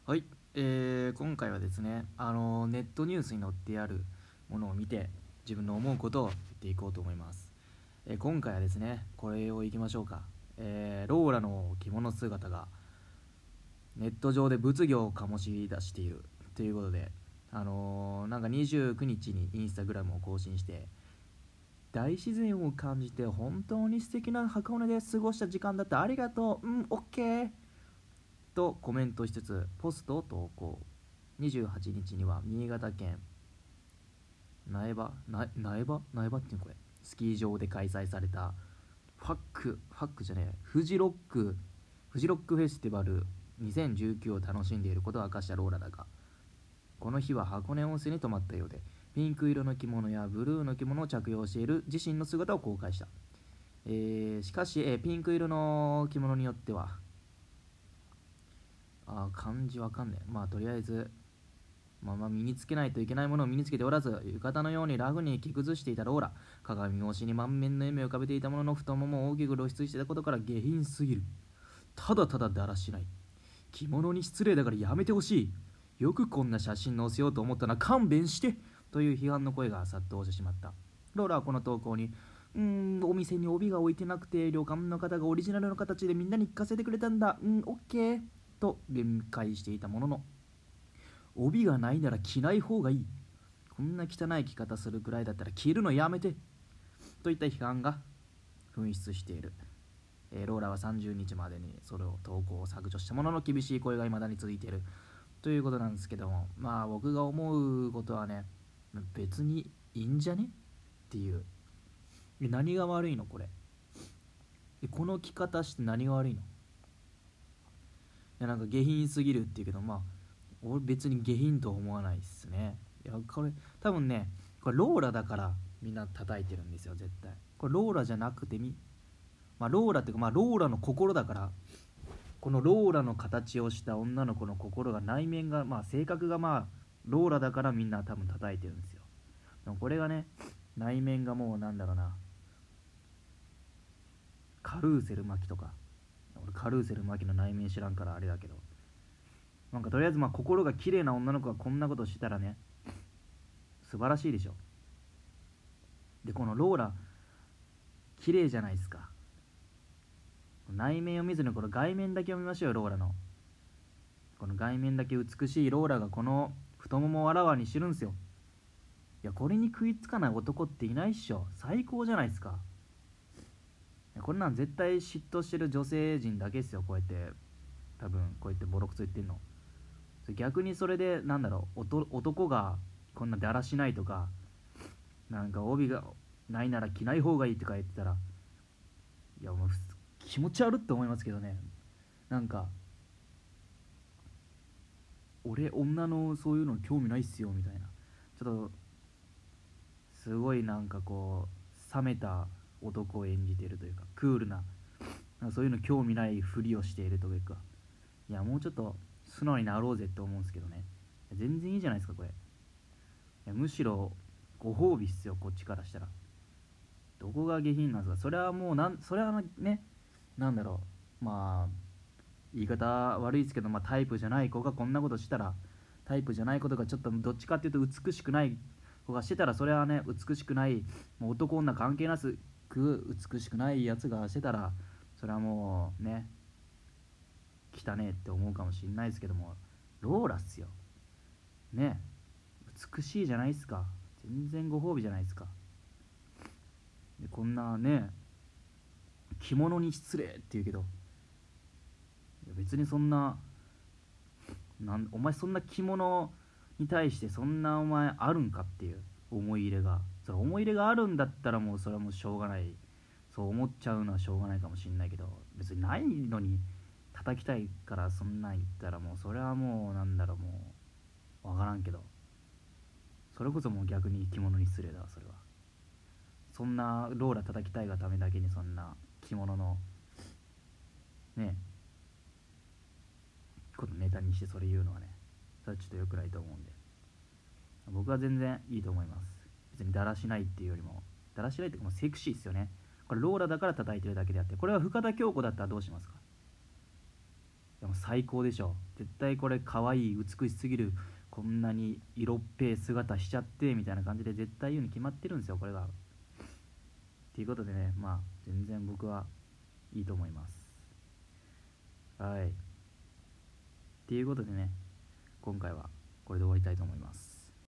はい、今回はですね、ネットニュースに載ってあるものを見て自分の思うことを言っていこうと思います。今回はですね、これをいきましょうか。ローラの着物姿がネット上で物議を醸し出しているということで、なんか29日にインスタグラムを更新して、大自然を感じて本当に素敵な箱根で過ごした時間だった、ありがとう、オッケーとコメントしつつポストを投稿。28日には新潟県苗場っていうのこれスキー場で開催されたファックじゃねえフジロックフェスティバル2019を楽しんでいることを明かしたローラだが、この日は箱根温泉に泊まったようで、ピンク色の着物やブルーの着物を着用している自身の姿を公開した。しかし、ピンク色の着物によっては漢字わかんねえ。とりあえず身につけないといけないものを身につけておらず、浴衣のようにラフに着崩していたローラ。鏡越しに満面の笑みを浮かべていたものの、太ももを大きく露出していたことから下品すぎる。ただただだらしない。着物に失礼だからやめてほしい。よくこんな写真載せようと思ったな、勘弁してという批判の声が殺到してしまった。ローラはこの投稿に、お店に帯が置いてなくて、旅館の方がオリジナルの形でみんなに聞かせてくれたんだ。オッケーと弁解していたものの、帯がないなら着ない方がいい。こんな汚い着方するくらいだったら着るのやめてといった批判が噴出している。ローラは30日までにそれを投稿を削除したものの、厳しい声が未だに続いているということなんですけども、僕が思うことはね、別にいいんじゃねっていう。何が悪いのこれ。この着方して何が悪いの。なんか下品すぎるっていうけど、俺別に下品とは思わないっすね。いやこれ多分ね、これローラだからみんな叩いてるんですよ絶対。これローラじゃなくてローラっていうか、ローラの心だから、このローラの形をした女の子の心が、内面が性格がローラだからみんな多分叩いてるんですよ。でもこれがね、内面がもうなんだろうな、カルーセルマキとか、俺カルーセルマキの内面知らんからあれだけど、とりあえず心が綺麗な女の子がこんなことしたらね、素晴らしいでしょ。でこのローラ綺麗じゃないですか。内面を見ずにこの外面だけを見ましょうよ。ローラのこの外面だけ美しいローラがこの太ももをあらわにしてるんですよ。いやこれに食いつかない男っていないっしょ。最高じゃないですか。これなん絶対嫉妬してる女性陣だけですよ。こうやって多分こうやってボロクソ言ってんの。逆にそれで男がこんなだらしないとか、なんか帯がないなら着ない方がいいとか言ってたら、いやもう気持ち悪って思いますけどね。なんか俺女のそういうの興味ないっすよみたいな、ちょっとすごいなんかこう冷めた男を演じているというか、クールな、そういうの興味ないふりをしているというか、いやもうちょっと素直になろうぜって思うんですけどね。全然いいじゃないですかこれ。いやむしろご褒美っすよこっちからしたら。どこが下品なんですか。それはもうそれはね、なんだろう、言い方悪いですけど、タイプじゃない子がこんなことしたら、タイプじゃないことがちょっとどっちかっていうと美しくない子がしてたら、それはね美しくない、もう男女関係なく美しくないやつがしてたら、それはもうね汚ねえって思うかもしれないですけども、ローラっすよね、美しいじゃないですか。全然ご褒美じゃないですか。でこんなね、着物に失礼って言うけど、別にそんな、お前そんな着物に対してそんなお前あるんかっていう思い入れが、それ思い入れがあるんだったらもうそれはもうしょうがない、そう思っちゃうのはしょうがないかもしんないけど、別にないのに叩きたいからそんなん言ったら、もうそれはもうなんだろう、もう分からんけど、それこそもう逆に着物に失礼だわそれは。そんなローラ叩きたいがためだけにそんな着物のねことネタにしてそれ言うのはね、それはちょっと良くないと思うんで、僕は全然いいと思います。別にだらしないっていうよりも、だらしないっていうかもうセクシーですよね。これローラだから叩いてるだけであって、これは深田恭子だったらどうしますか。 でも最高でしょ。絶対これ可愛い美しすぎる、こんなに色っぺえ姿しちゃってみたいな感じで絶対言うに決まってるんですよこれが。っていうことでね、まあ全然僕はいいと思います。はい。っていうことでね、今回はこれで終わりたいと思います。